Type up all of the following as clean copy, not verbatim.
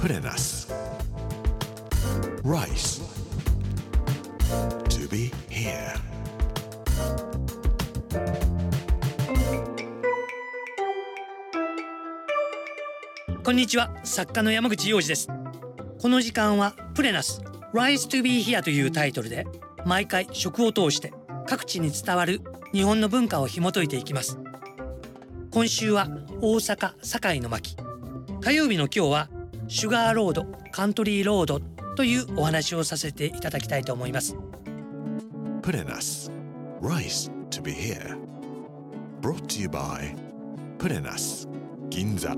Put in us rice to be here. こんにちは、作家の山口洋二です。この時間はプレナス Rise to be here というタイトルで毎回食を通して各地に伝わる日本の文化を紐解いていきます。今週は大阪堺の巻、火曜日の今日はシュガーロードカントリーロードというお話をさせていただきたいと思います。 Put in us rice to be here. Brought to you by Put in us 銀座。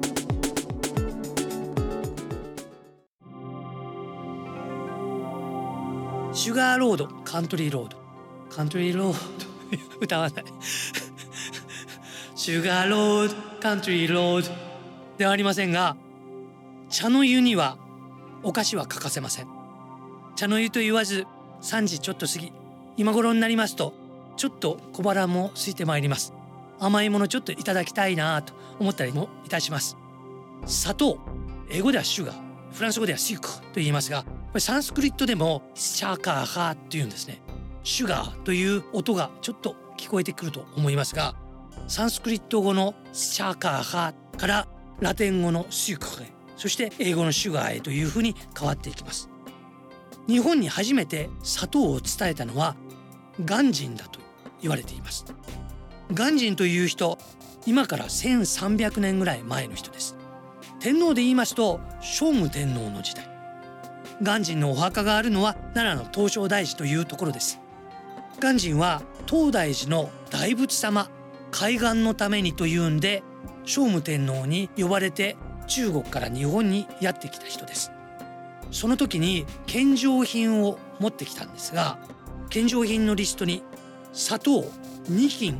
シュガーロードカントリーロードカントリーロード歌わないシュガーロードカントリーロードではありませんが、茶の湯にはお菓子は欠かせません。茶の湯と言わず3時ちょっと過ぎ、今頃になりますとちょっと小腹も空いてまいります。甘いものちょっといただきたいなと思ったりもいたします。砂糖、英語ではシュガー、フランス語ではシュクと言いますが、これサンスクリットでもシャカーハーっていうんですね。シュガーという音がちょっと聞こえてくると思いますが、サンスクリット語のシャカーハーからラテン語のシュクへ、そして英語のシュガーへというふうに変わっていきます。日本に初めて砂糖を伝えたのは鑑真だと言われています。鑑真という人、今から1300年ぐらい前の人です。天皇で言いますと聖武天皇の時代、鑑真のお墓があるのは奈良の東照大寺というところです。鑑真は東大寺の大仏様開眼のためにというんで聖武天皇に呼ばれて中国から日本にやってきた人です。その時に献上品を持ってきたんですが、献上品のリストに砂糖2斤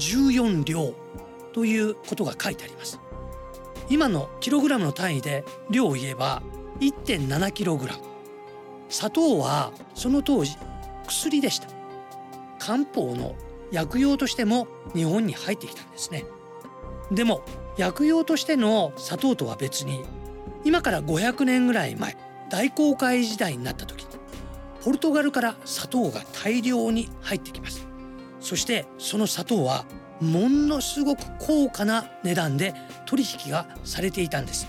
14両ということが書いてあります。今のキログラムの単位で量を言えば 1.7 キログラム。砂糖はその当時薬でした。漢方の薬用としても日本に入ってきたんですね。でも薬用としての砂糖とは別に、今から500年ぐらい前、大航海時代になった時にポルトガルから砂糖が大量に入ってきます。そしてその砂糖はものすごく高価な値段で取引がされていたんです。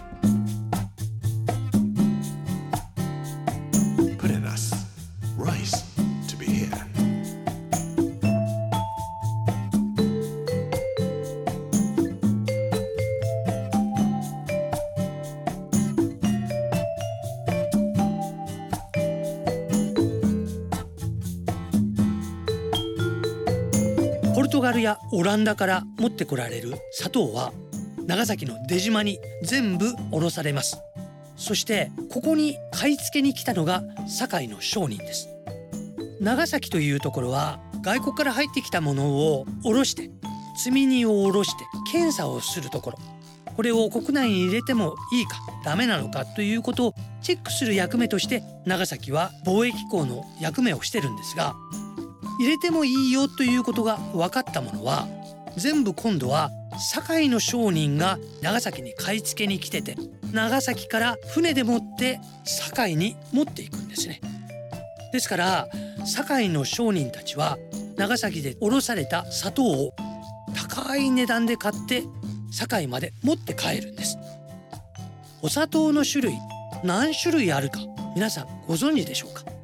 Put in us rice to be here. ポルトガルやオランダから持ってこられる砂糖は長崎の出島に全部卸されます。そしてここに買い付けに来たのが堺の商人です。長崎というところは外国から入ってきたものを卸して積み荷を卸して検査をするところ、これを国内に入れてもいいかダメなのかということをチェックする役目として長崎は貿易港の役目をしてるんですが、入れてもいいよということが分かったものは全部今度は堺の商人が長崎に買い付けに来てて、長崎から船で持って堺に持っていくんですね。ですから堺の商人たちは長崎で卸された砂糖を高い値段で買って堺まで持って帰るんです。お砂糖の種類何種類あるか皆さんご存知でしょうか。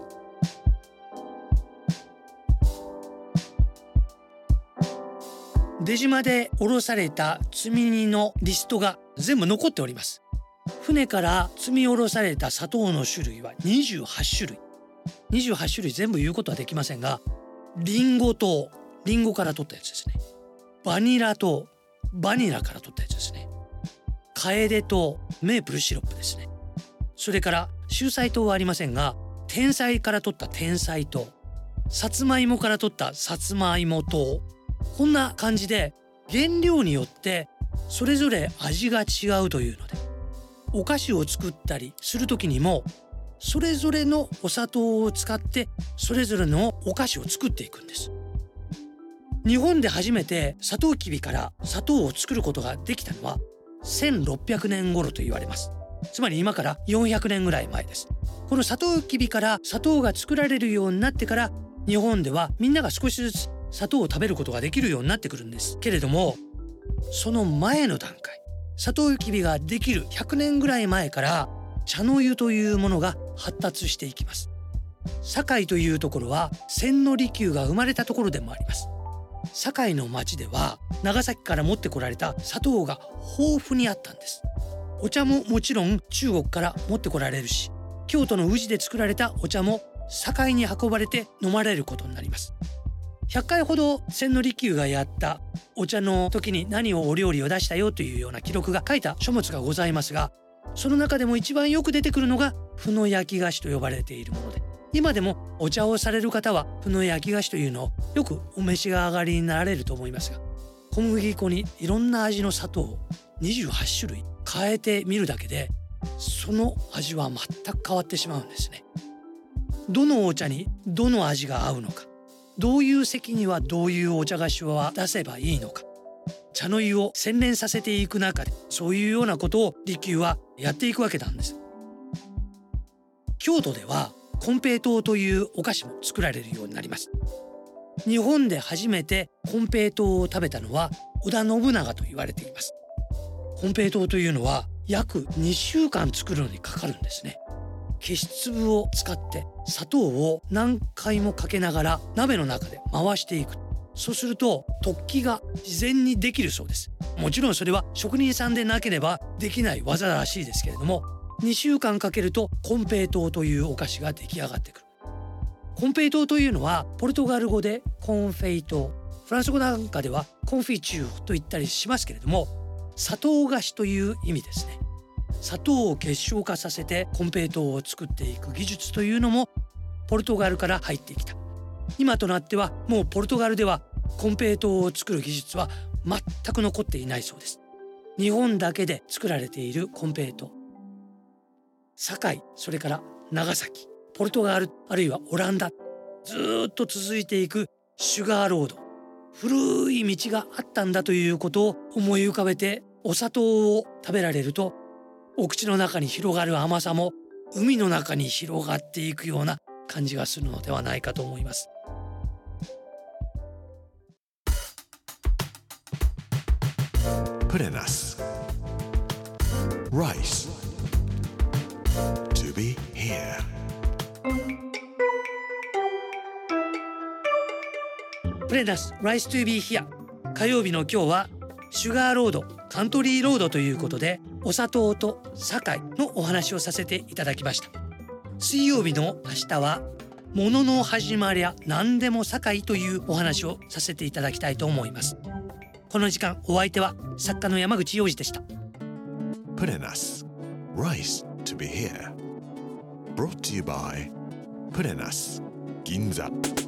出島で降ろされた積み荷のリストが全部残っております。船から積み降ろされた砂糖の種類は28種類。28種類全部言うことはできませんが、リンゴ糖、リンゴから取ったやつですね。バニラ糖、バニラから取ったやつですね。カエデ糖、メープルシロップですね。それからシュウサイ糖はありませんが、テンサイから取ったテンサイ糖、さつまいもから取ったさつまいも糖、こんな感じで原料によってそれぞれ味が違うというので、お菓子を作ったりする時にもそれぞれのお砂糖を使ってそれぞれのお菓子を作っていくんです。日本で初めてサトウキビから砂糖を作ることができたのは1600年頃と言われます。 つまり今から400年ぐらい前です。このサトウキビから砂糖が作られるようになってから、日本ではみんなが少しずつ砂糖を食べることができるようになってくるんですけれども、その前の段階、サトウキビができる100年ぐらい前から茶の湯というものが発達していきます。堺というところは千利休が生まれたところでもあります。堺の町では長崎から持ってこられた砂糖が豊富にあったんです。お茶ももちろん中国から持ってこられるし、京都の宇治で作られたお茶も堺に運ばれて飲まれることになります。100回ほど千利休がやったお茶の時に何をお料理を出したよというような記録が書いた書物がございますが、その中でも一番よく出てくるのが麩の焼き菓子と呼ばれているもので、今でもお茶をされる方は麩の焼き菓子というのをよくお召し上がりになられると思いますが、小麦粉にいろんな味の砂糖を28種類変えてみるだけで、その味は全く変わってしまうんですね。どのお茶にどの味が合うのか、どういう席にはどういうお茶菓子を出せばいいのか、茶の湯を洗練させていく中でそういうようなことを利休はやっていくわけなんです。京都では金平糖というお菓子も作られるようになります。日本で初めて金平糖を食べたのは織田信長と言われています。金平糖というのは約2週間作るのにかかるんですね。消し粒を使って砂糖を何回もかけながら鍋の中で回していく。そうすると突起が自然にできるそうです。もちろんそれは職人さんでなければできない技らしいですけれども、2週間かけると金平糖というお菓子が出来上がってくる。金平糖というのはポルトガル語でコンフェイト、フランス語なんかではコンフィチューと言ったりしますけれども、砂糖菓子という意味ですね。砂糖を結晶化させて金平糖を作っていく技術というのもポルトガルから入ってきた。今となってはもうポルトガルでは金平糖を作る技術は全く残っていないそうです。日本だけで作られている金平糖、堺、それから長崎、ポルトガル、あるいはオランダ、ずっと続いていくシュガーロード、古い道があったんだということを思い浮かべて、お砂糖を食べられるとお口の中に広がる甘さも海の中に広がっていくような感じがするのではないかと思います。 プレナス Rice to be here。 プレナス Rice to be here。 火曜日の今日はシュガーロード、カントリーロードということで、お砂糖と堺のお話をさせていただきました。水曜日の明日は物の始まりゃ何でも堺というお話をさせていただきたいと思います。この時間お相手は作家の山口洋二でした。 プレナス Rice to be here。 Brought to you by プレナス銀座。